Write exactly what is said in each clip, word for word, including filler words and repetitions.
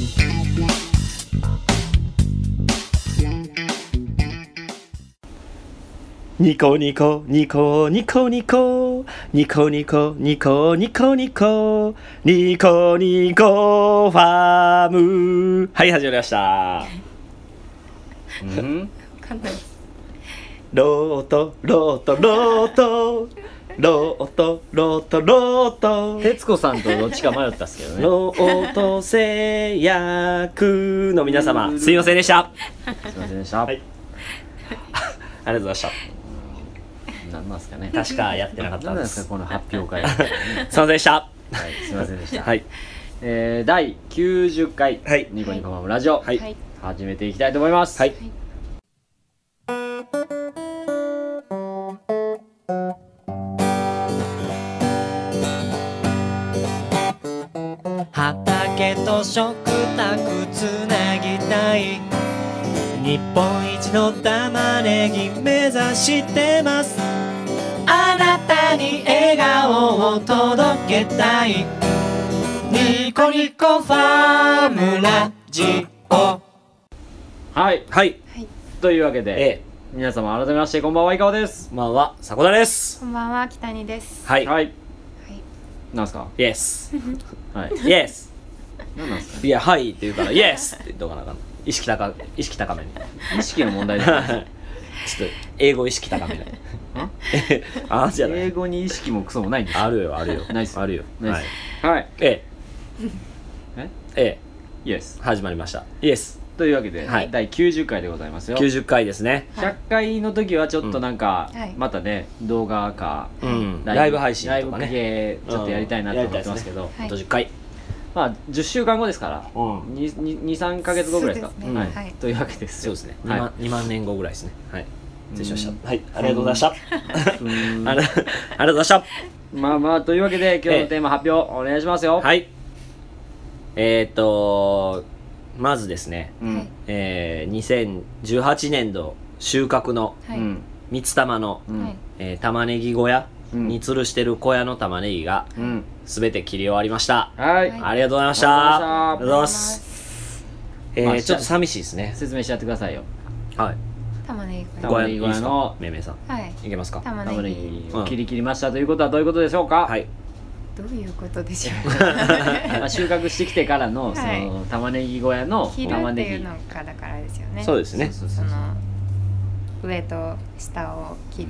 ニコニコニコニコニコニコニコニコニコニコニコニコファーム。はい、始まりました。 うんわかんない。 ロートロートロートロートロートロート徹子さんとどっちか迷ったっすけどね。 ロート製薬の皆様、すいませんでした。 すいませんでした。 はい、ありがとうございました。 何なんですかね。 確かやってなかったんです。 何なんですかこの発表会。 すいませんでした。 はい、すいませんでした。 はい、 えー、だいきゅうじゅっかい、 はい、 ニコニコマムラジオ、 はい、 始めていきたいと思います。 はい。 畑と食卓つなぎたい、日本一の玉ねぎ目指してます。あなたに笑顔を届けたい、ニコニコファームラジオ。 はい、 はい、 というわけで、 ええ、 皆様改めましてこんばんは、いかわです。 こんばんは、迫田です。 こんばんは、北にです。 はい、 はい、 はい、 なんすか。 イエスはい、 イエス。 なんなんすか。 いや、はいって言うからイエスって言っとかなあかん。意識高意識高めに。 意識の問題ですね。 ちょっと英語意識高めに。あじゃない。 英語に意識もクソもないんです。 あるよ、あるよ。 ナイスあるよ。 ナイス。はい。 ええええイエス。 始まりました。イエス。 というわけで、 はい、 だいきゅうじゅっかいでございますよ。 きゅうじゅっかいですね。 ひゃっかいの時はちょっとなんか、 うんはい、 またね動画か、 うん、ライブ配信とかね、 ライブ系ちょっとやりたいなと思ってますけど、 あとじゅっかい、 まあじゅっしゅうかんごですから、 うん、 にさんかげつごぐらいですか。 そうですね、 はいはい、 というわけですそうですね、 はい、 にまんねんごぐらいですね。はい、失礼しました。はい、ありがとうございました。ありがとうございました。 まあまあというわけで今日のテーマ発表お願いしますよ。 はい、えーっとまずですね、 うん、 えー、にせんじゅうはちねんど収穫の三つ玉の、 うん、 えー、玉ねぎ小屋に吊るしてる小屋の玉ねぎがすべて切り終わりました。 はい、 ありがとうございました。 ありがとうございます。えー、ちょっと寂しいですね。 説明しちゃってくださいよ。 はい、 玉ねぎ玉ねぎ小屋のめいめいさん、 はい、 いけますか。 玉ねぎを切り切りましたということはどういうことでしょうか。 はい、どういうことでしょう。 まあ収穫してきてからのその玉ねぎ小屋の玉ねぎ、 切るっていうのがだからですよね。 そうですね。 その上と下を切って、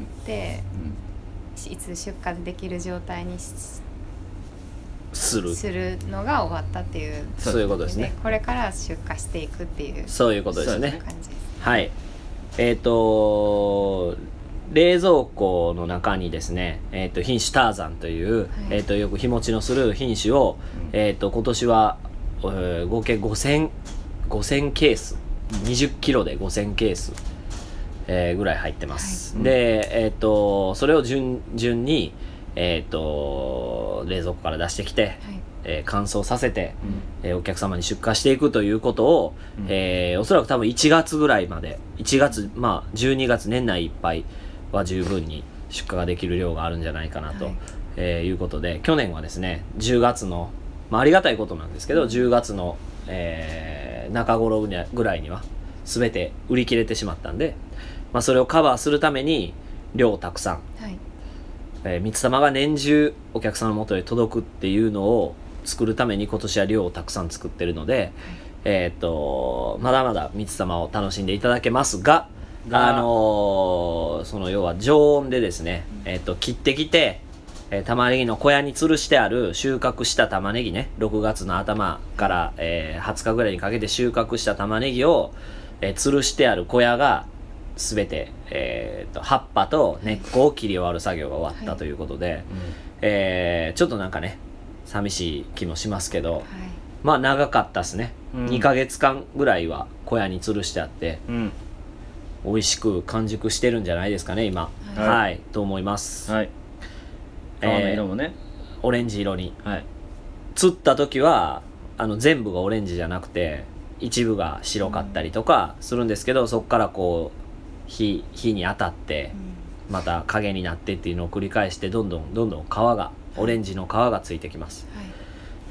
うん、いつ出荷できる状態にするするのが終わったっていう、 そういうことですね。 これから出荷していくっていう、 そういうことですね。 感じです。 はい。えっと冷蔵庫の中にですね、えー、と品種ターザンという、はい、えー、とよく日持ちのする品種を、うん、えー、と今年は、えー、合計ごせんケース、にじゅっキロでごせんケース、えー、ぐらい入ってます。はい、で、えー、とそれを順順に、えー、と冷蔵庫から出してきて、はい、えー、乾燥させて、うん、えー、お客様に出荷していくということを、うん、えー、おそらく多分いちがつぐらいまで、いちがつ、まあじゅうにがつ年内いっぱいは十分に出荷ができる量があるんじゃないかなと、はい、えー、いうことで、去年はですねじゅうがつの、まあ、ありがたいことなんですけど、じゅうがつの、えー、中頃ぐらいには全て売り切れてしまったんで、まあ、それをカバーするために量をたくさん、はい、えー、三つ玉が年中お客さんの元へ届くっていうのを作るために今年は量をたくさん作ってるので、はい、えー、っとまだまだ三つ玉を楽しんでいただけますが、あのー、その要は常温でですね、えー、と切ってきて、えー、玉ねぎの小屋に吊るしてある収穫した玉ねぎね、ろくがつの頭から、えー、はつかぐらいにかけて収穫した玉ねぎを、えー、吊るしてある小屋が全て、えー、と葉っぱと根っこを切り終わる作業が終わったということで、はい、えー、ちょっとなんかね寂しい気もしますけど、はい、まあ長かったですね、うん、にかげつかんぐらいは小屋に吊るしてあって、うん、美味しく完熟してるんじゃないですかね今、はい、はい、と思います。はい、 皮の色もね、 えー、オレンジ色に、はい、釣った時はあの全部がオレンジじゃなくて一部が白かったりとかするんですけど、うん、そこからこう火, 火に当たってまた影になってっていうのを繰り返して、どんどんどんどん皮がオレンジの皮がついてきます。はい、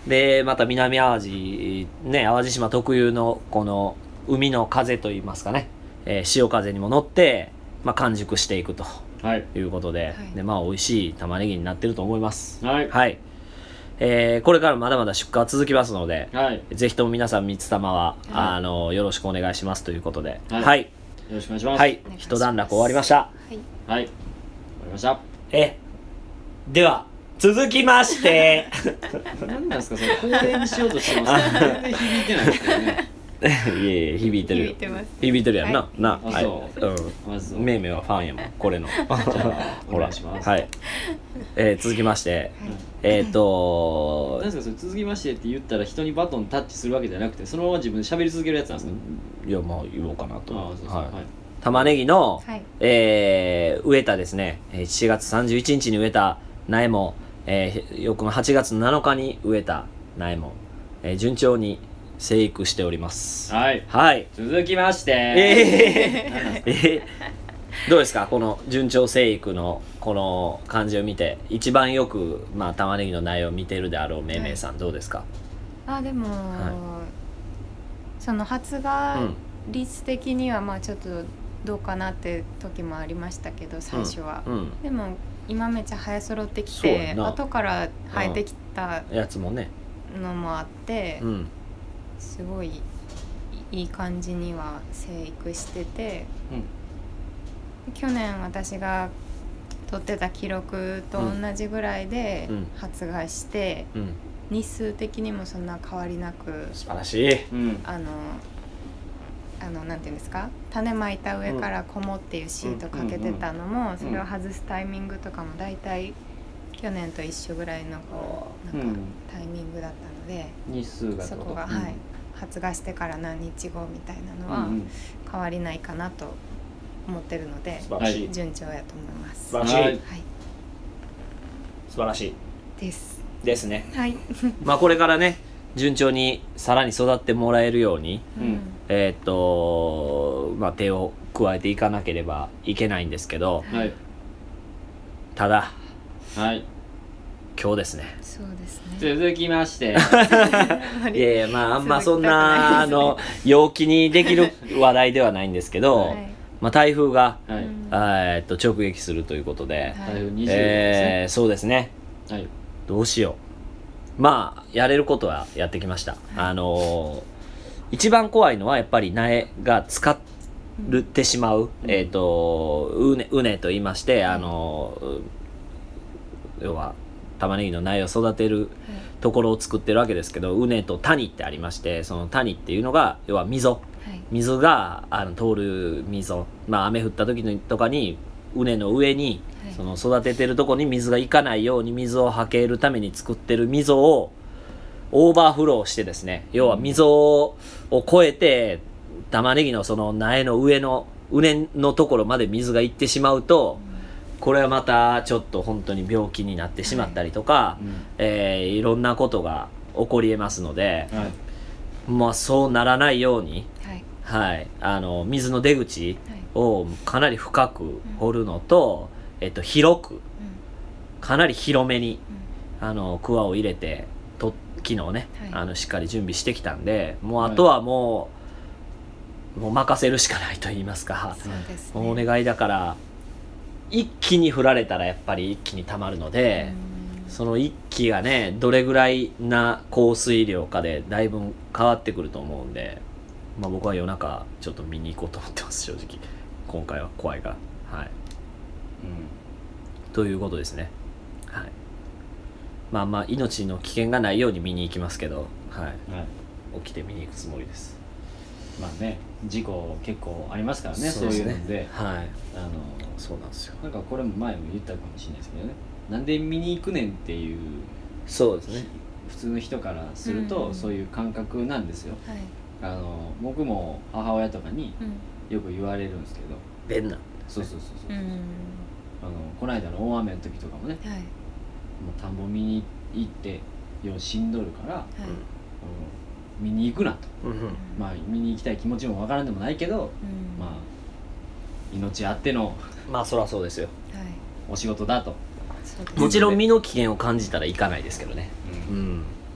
でまた南淡路ね淡路島特有のこの海の風といいますかね、えー、潮風にも乗って、まあ、完熟していくということで、はい、でまあ美味しい玉ねぎになってると思います。 はい、 はい、えー、これからまだまだ出荷は続きますので、 はい、 ぜひとも皆さん三つ玉は、はい、あのよろしくお願いしますということで、はい、はい、よろしくお願いします。 はい、一段落終わりました。はい、 はい、終わりました。 えでは続きまして何なんですかそれ、恒例にしようとしてますけど全然響いてないですけどねいやいや響いてるよ、響いてます、響いてるやんな、はい、な、 あ、はい、そう、 うん、めいめいはファンやもんこれのほら、はい、えー、続きまして、はい、えっ、ー、と何ですかそれ、続きましてって言ったら人にバトンタッチするわけじゃなくてそのまま自分で喋り続けるやつなんですか。 いやまあ言おうかなと。 あ、そうそう、はい、 玉ねぎの、はい、えー、植えたですねしちがつさんじゅういちにちに植えた苗も、えー、翌のはちがつなのかに植えた苗も、えー、順調に生育しております。 はい、 はい、 続きまして、 えーえー、どうですかこの順調生育のこの感じを見て一番よく、まあ、玉ねぎの苗を見てるであろうめいめいさん、はい、どうですか。 あでも、はい、その発芽率的にはまあちょっとどうかなって時もありましたけど最初は、うんうん、でも今めっちゃ生え揃ってきて後から生えてきたやつもねのもあって、うん、すごいいい感じには生育してて、うん、去年私が取ってた記録と同じぐらいで発芽して、うんうん、日数的にもそんな変わりなく素晴らしい、 うん、あのあのなんていうんですか種まいた上からこもっていうシートかけてたのも、うん、それを外すタイミングとかもだいたい去年と一緒ぐらいのこうなんかタイミングだったので、 日数がそこが、うん、はい、発芽してから何日後みたいなのは変わりないかなと思ってるので、 素晴らしい順調やと思います。 素晴らしい、はい、素晴らしいですですね。 はい。 まあこれからね順調にさらに育ってもらえるように、うん、えっとまあ手を加えていかなければいけないんですけど、はい、ただ、 はい、 今日ですね。 そうですね。 続きまして、 いやいやまああんまそんなあの陽気にできる話題ではないんですけど、はい、まあ台風が、はい、えっと直撃するということで、 台風にじゅうえー、そうですね。はい、どうしよう。まあやれることはやってきました。あのー、一番怖いのはやっぱり苗が使ってしまう、うん、えっ、ー、とうねうねと言いまして、あのー、要は玉ねぎの苗を育てるところを作ってるわけですけど、うねと谷ってありまして、その谷っていうのが要は溝、はい、水があの通る溝、まあ雨降った時とかにうねの上にその育ててるとこに水がいかないように水をはけるために作ってる溝をオーバーフローしてですね、要は溝を越えて玉ねぎのその苗の上のうねのところまで水がいってしまうと、これはまたちょっと本当に病気になってしまったりとか、はい、うんえー、いろんなことが起こりえますので、はい、まあそうならないように、はいはい、あの水の出口をかなり深く掘るのと、えっと、広く、かなり広めに、うん、あのクワを入れてと昨日ね、はい、あのしっかり準備してきたんで、もうあとはもう、はい、もう任せるしかないと言いますか、そうですね、お願いだから一気に降られたらやっぱり一気に溜まるので、その一気がねどれぐらいな降水量かでだいぶ変わってくると思うんで、まあ、僕は夜中ちょっと見に行こうと思ってます、正直今回は怖いから、はい、うん、ということですね。はい、まあまあ命の危険がないように見に行きますけど、はい、はい、起きて見に行くつもりです。 まあね、事故結構ありますからね、そういうので、 はい、 あのそうなんですよ。 なんかこれも前も言ったかもしれないですけどね、なんで見に行くねんっていう、 そうですね、 普通の人からするとそういう感覚なんですよ、はい、あの僕も母親とかによく言われるんですけど、 便なんそうそうそうそう、うん、あのこの間の大雨の時とかもね、はい、もう田んぼ見に行ってようしんどるから、はい、見に行くなと、うん、まあ見に行きたい気持ちもわからんでもないけど、うん、まあ命あってのまあそりゃそうですよ、 お仕事だと、 もちろん身の危険を感じたら行かないですけどね、うん、うん、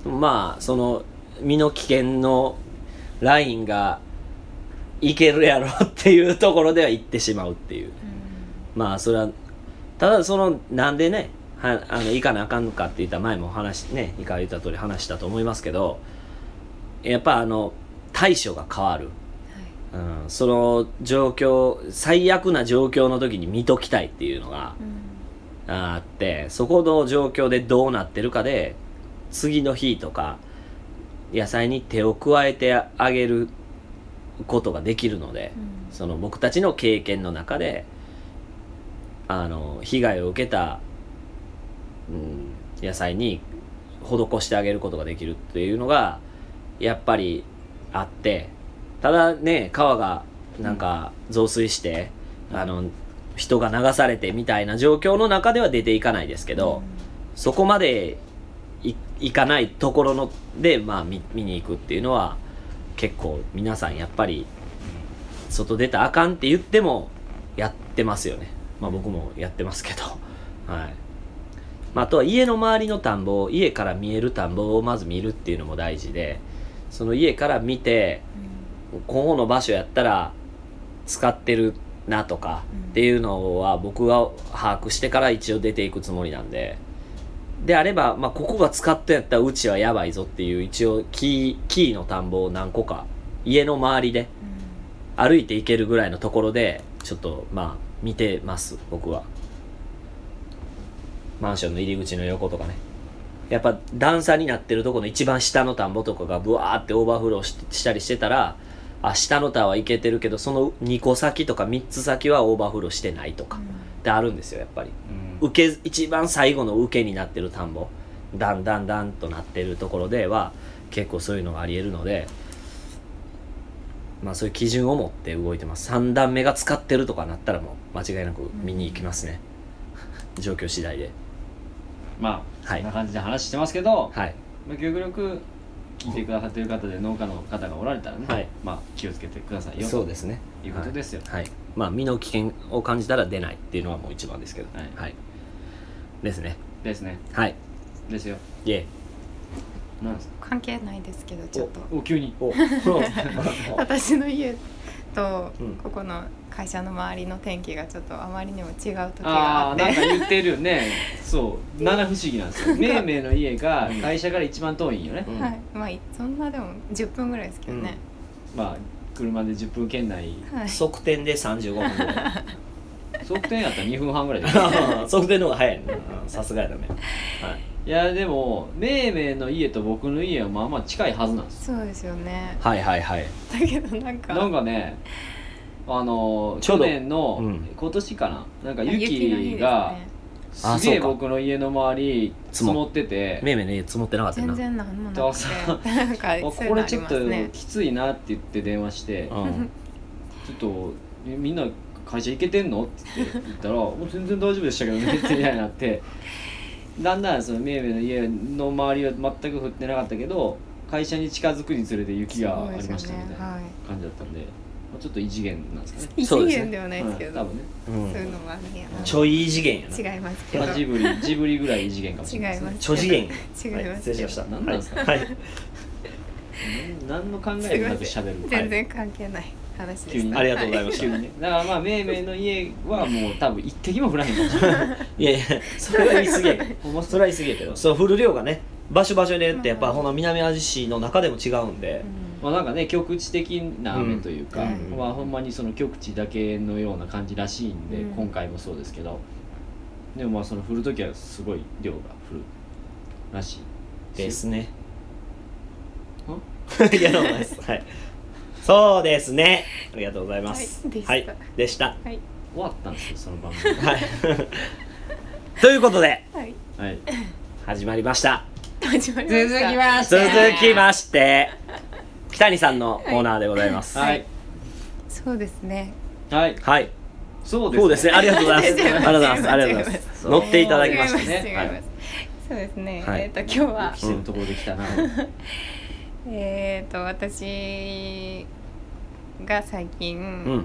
まあその身の危険のラインがいけるやろっていうところでは行ってしまうっていう、うん、まあそれはただそのなんでねはあの行かなあかんのかって言ったら前も話ねいか言った通り話したと思いますけど、やっぱあの対処が変わる、はい、うん、その状況最悪な状況の時に見ときたいっていうのが、うん、あって、そこの状況でどうなってるかで次の日とか野菜に手を加えてあげることができるので、うん、その僕たちの経験の中であの被害を受けた、うん、野菜に施してあげることができるっていうのがやっぱりあって、ただね川がなんか増水して、うん、あの人が流されてみたいな状況の中では出ていかないですけど、うん、そこまでいかないところので、まあ、見, 見に行くっていうのは結構皆さんやっぱり外出たらあかんって言ってもやってますよね。まあ僕もやってますけど、はい。まあ、あとは家の周りの田んぼを家から見える田んぼをまず見るっていうのも大事で、その家から見て、うん、ここの場所やったら使ってるなとかっていうのは僕は把握してから一応出ていくつもりなんで、であれば、まあ、ここが使ってやったらうちはやばいぞっていう一応キー、キーの田んぼを何個か家の周りで歩いていけるぐらいのところでちょっとまあ見てます僕は。マンションの入り口の横とかね、やっぱ段差になってるところの一番下の田んぼとかがブワーってオーバーフロー し, したりしてたら、あ下の田はいけてるけどそのにこ先とかみっつ先はオーバーフローしてないとかってあるんですよやっぱり。受け一番最後の受けになってる田んぼだんだんだんとなってるところでは結構そういうのがありえるので、まあそういう基準を持って動いてます。さん段目が使ってるとかなったらもう間違いなく見に行きますね、うん、状況次第で。 まあ、はい、そんな感じで話してますけど、はい、まあ、極力聞いてくださっている方で農家の方がおられたらね、はい、まあ気をつけてくださいよ。 そうですね、 いうことですよ。 はい、はい、まあ身の危険を感じたら出ないっていうのはもう一番ですけど、はい、はい、ですね。 ですね。 はい。 ですよ。 いえ。 なんですか。関係ないですけどちょっと。 お、お急に。お私の家とここの会社の周りの天気がちょっとあまりにも違う時があって。 ああ、なんか言ってるよね。そう。七不思議なんですよ。めいめいの家が会社から一番遠いんよね。 うん、はい。まあそんなでもじゅっぷんぐらいですけどね。 うん、まあ車でじゅっぷん圏内。 はい、側転でさんじゅうごふんぐらい。 側転やったらにふんはんぐらいで側転の方が早いね。さすがやだね。はい。 いやでもめいめいの家と僕の家はまあまあ近いはずなんです。 そうですよね。 はいはいはい。 だけどなんかなんかね、あの去年の、うん、今年かな、なんか雪がすげえ僕の家の周り積もってて、 めいめいの家積もってなかったな。 全然なんもなくて、なんかこれちょっときついなって言って電話して、うん、ちょっとみんな会社行けてんのって言ったらもう全然大丈夫でしたけどねってみたいになってだんだんそのめいめいの家の周りは全く降ってなかったけど会社に近づくにつれて雪がありましたみたいな感じだったんで、まあ、ちょっと異次元なんですかね。 異次元ではないですけど、 多分ね、 そういうのもあるんやな。 ちょい異次元やな。違いますけど、 まあ、ジブリジブリぐらい異次元かもしれないですね。 ちょ次元。 違いますけど、 はい、失礼しました。 何なんですか、はい、何の考えもなく喋る。 全然関係ない話でした。 ありがとうございました。 急にね。だからまあめいめいの家はもう多分一滴も降らへんかもしれない。 いやいや、それは言い過ぎやけど、それは言い過ぎやけど、その降る量がね、場所場所でってやっぱこの南あわじ市の中でも違うんで、 うん、まあなんかね局地的な雨というか、うん、まあほんまにその局地だけのような感じらしいんで、うん、今回もそうですけど、でもまあその降るときはすごい量が降るらしいですね。いやどうもです。はい。そうですね。ありがとうございます。はい、でした。はい、 終わったんですよその番組。 はい。ということで、 はい、 はい、 始まりました。 始まりました。続きまして、 続きまして、北谷さんのコーナーでございます。 はい。はい、 そうですね。 はい。 はい。 そうですね。 そうですね。ありがとうございます。ありがとうございます。ありがとうございます。乗っていただきましたね。 はい。そうですね。えっと今日は来てるところで来たな。 えっと私が最近、うん、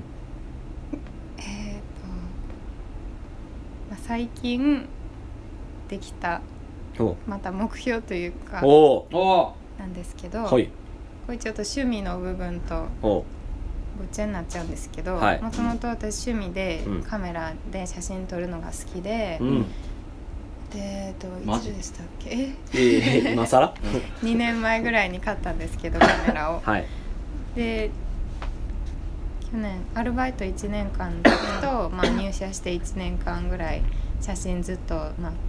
えっと、まあ、最近できたまた目標というかなんですけど、これちょっと趣味の部分とごっちゃになっちゃうんですけど、もともと私趣味でカメラで写真撮るのが好きで、でえっといつでしたっけ、ええ今更にねんまえぐらいに買ったんですけどカメラを、はい、で去年アルバイトいちねんかんだと、まあ、入社していちねんかんぐらい写真ずっと、まあ、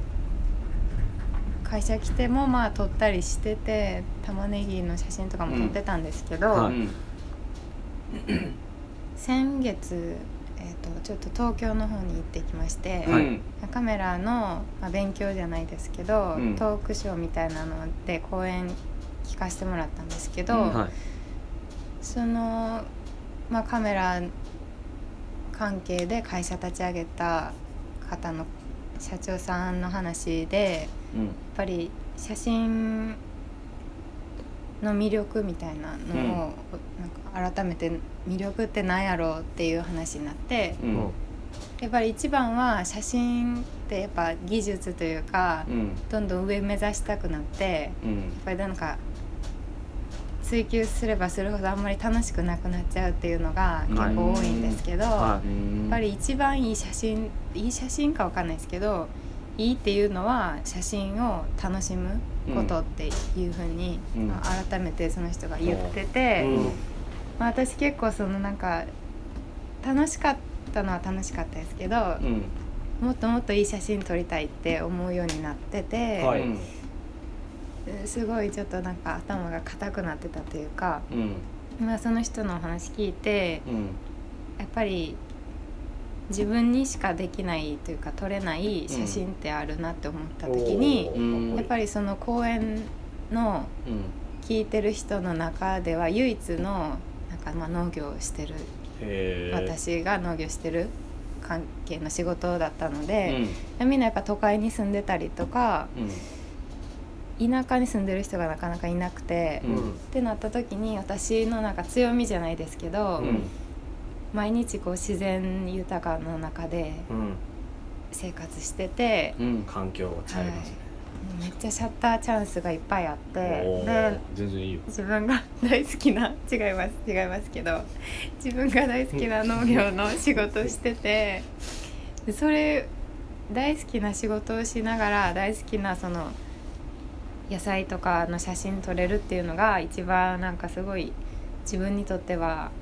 会社来てもまあ撮ったりしてて、玉ねぎの写真とかも撮ってたんですけど、うんはい、先月、えー、とちょっと東京の方に行ってきまして、はい、カメラの、まあ、勉強じゃないですけど、うん、トークショーみたいなので講演聞かせてもらったんですけど、うんはい、その、まあ、カメラ関係で会社立ち上げた方の社長さんの話で、うん、やっぱり写真の魅力みたいなのを、うん、なんか改めて魅力って何やろうっていう話になって、うん、やっぱり一番は写真ってやっぱ技術というか、うん、どんどん上目指したくなって、うん、やっぱりなんか追求すればするほどあんまり楽しくなくなっちゃうっていうのが結構多いんですけど、はい、やっぱり一番いい写真いい写真かわかんないですけど、いいっていうのは写真を楽しむことっていうふうに、うんまあ、改めてその人が言ってて、うんまあ、私結構そのなんか楽しかったのは楽しかったですけど、うん、もっともっといい写真撮りたいって思うようになってて、はい、すごいちょっとなんか頭が硬くなってたというか、うんまあ、その人のお話聞いて、うん、やっぱり自分にしかできないというか撮れない写真ってあるなって思った時に、うん、やっぱりその講演の聞いてる人の中では唯一のなんかまあ農業をしてる、私が農業してる関係の仕事だったので、うん、みんなやっぱ都会に住んでたりとか、うん、田舎に住んでる人がなかなかいなくて、うん、ってなった時に私のなんか強みじゃないですけど、うん毎日こう自然豊かな中で生活してて、 うん、環境が違いますね、 はい、めっちゃシャッターチャンスがいっぱいあってで全然いいよ自分が大好きな違います違いますけど自分が大好きな農業の仕事をしててでそれ大好きな仕事をしながら大好きなその野菜とかの写真撮れるっていうのが一番なんかすごい自分にとって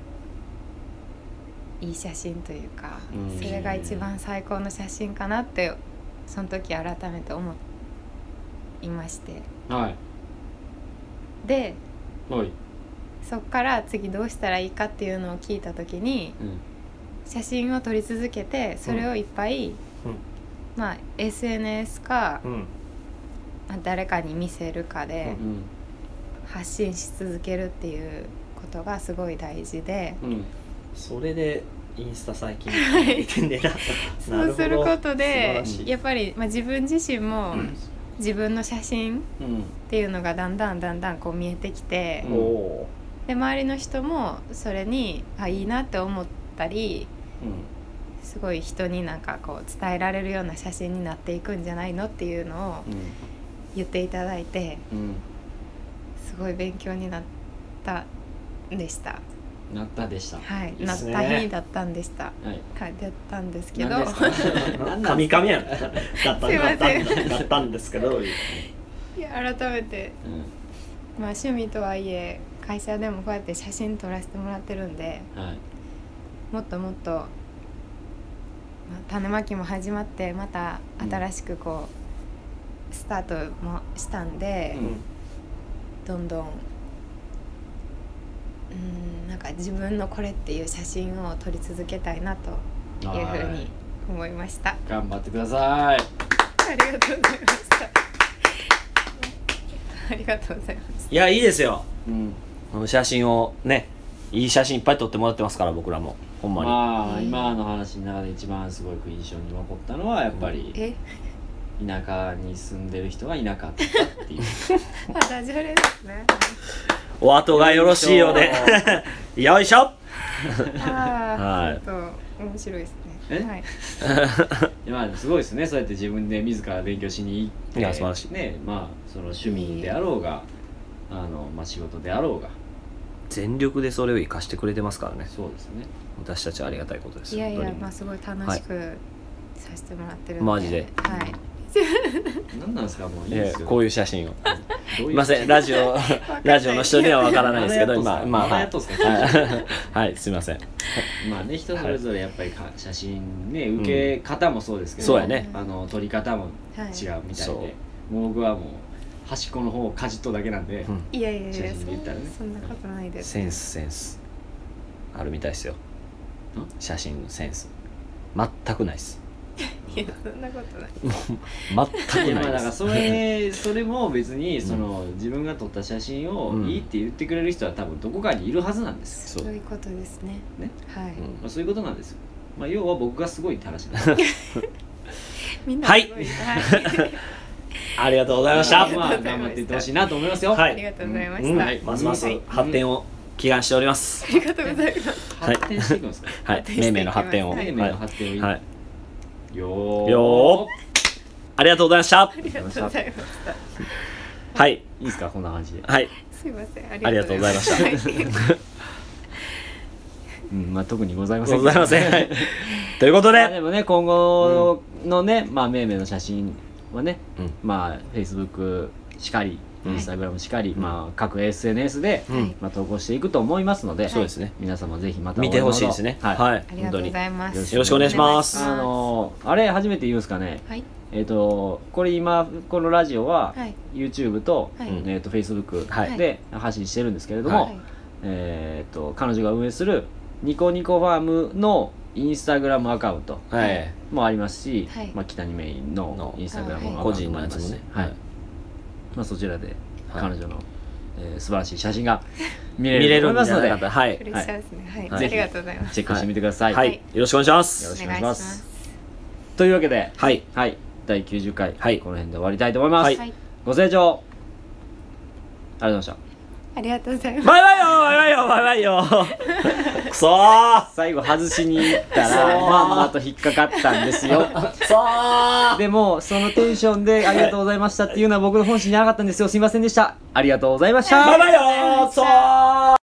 はいい写真というか、それが一番最高の写真かなってその時改めて思いまして、はい、で、はい、そっから次どうしたらいいかっていうのを聞いた時に、うん、写真を撮り続けてそれをいっぱい、うんまあ、エスエヌエス か、うん、誰かに見せるかで発信し続けるっていうことがすごい大事で、うんそれでインスタ最近見てんねんなそうすることでやっぱり、まあ、自分自身も自分の写真っていうのがだんだんだんだんこう見えてきて、うん、で周りの人もそれにあいいなって思ったり、うん、すごい人になんかこう伝えられるような写真になっていくんじゃないのっていうのを言っていただいて、うん、すごい勉強になったんでした。 なったでした。 はい、いいなった日だったんでした。はい、はい、だったんですけど。 カミカミやん。だったんだっただったんですけど。 いや改めて、うん、まあ趣味とはいえ会社でもこうやって写真撮らせてもらってるんで、はい、もっともっと、まあ、種まきも始まってまた新しくこう、うん、スタートもしたんで、うん、どんどん。うんなんか自分のこれっていう写真を撮り続けたいなというふうに思いました。 頑張ってください。ありがとうございましたありがとうございます。 いやいいですよ、うん、写真をねいい写真いっぱい撮ってもらってますから僕らもほんまに、 まあ、今の話の中で一番すごく印象に残ったのはやっぱり、うん、田舎に住んでる人がいなかったっていうまあダジャレですねお後がよろしいようでよいしょああ、はい、ちょっと面白いですねえ、はい、いやまあすごいですね。そうやって自分で自ら勉強しに行って、 いや素晴らしいね、まあその趣味であろうが、あのまあ仕事であろうが全力でそれを生かしてくれてますからね。 そうですね。 私たちはありがたいことです。 いやいや、まあすごい楽しくさせてもらってるんで、 マジで、 はい。 何なんですか、もういいですよ。 こういう写真を。すいません、ラジオラジオの人にはわからないですけど、今まあはい、すいません。 まあね、人それぞれやっぱり写真ね、受け方もそうですけど、 そうやね。 あの撮り方も違うみたいで、僕はもう端っこの方をかじっとだけなんで、 いやいやいや、そんなことないです。 センスセンスあるみたいですよ。写真のセンス全くないです。 いや、そんなことない全くないです。 だからそれそれも別にその自分が撮った写真をいいって言ってくれる人は多分どこかにいるはずなんですよ。そういうことですね。ね、はい。 まあそういうことなんですよ。まあ要は僕がすごいって話なんです。 みんなはい。ありがとうございました。 まあ頑張っていってほしいなと思いますよ。 ありがとうございました。 ますます発展を祈願しております。 ありがとうございます。 発展していくんですか。 はい。めいめいの発展を。 めいめいの発展を。はい。よよありがとうございました。 ありがとうございました。 はい。いいですか、こんな感じで。 はい。 すいません。 ありがとうございました。 うん、まあ特にございません。 ございません。ということで、 でもね、今後のね、まあめいめいの写真はね、まあ Facebook しかり、Instagram しかり、まあ各 エスエヌエス でまあ投稿していくと思いますので、 そうですね。 皆様ぜひまた見てほしいですね。はい。 ありがとうございます。 よろしくお願いします。 あのあれ初めて言うんですかね。えっとこれ今このラジオは YouTube とえっと Facebook で発信してるんですけれども、えっと彼女が運営するニコニコファームのインスタグラムアカウントもありますし、まあ北にメインのインスタグラムアカウントもありますし、はい。まあそちらで彼女の素晴らしい写真が見れると思いますので、 はい。 嬉しいですね。はい。ありがとうございます。 チェックしてみてください。 はい。よろしくお願いします。 よろしくお願いします。というわけで、はい。はい。だいきゅうじゅっかい、はい、この辺で終わりたいと思います。ご清聴ありがとうございました。 ありがとうございます。 バイバイよバイバイよバイバイよくそー、 最後外しに行ったらまんまと引っかかったんですよ。 くそー。 でもそのテンションでありがとうございましたっていうのは僕の本心じゃなかったんですよ。すいませんでした。ありがとうございました。 バイバイよーくそー。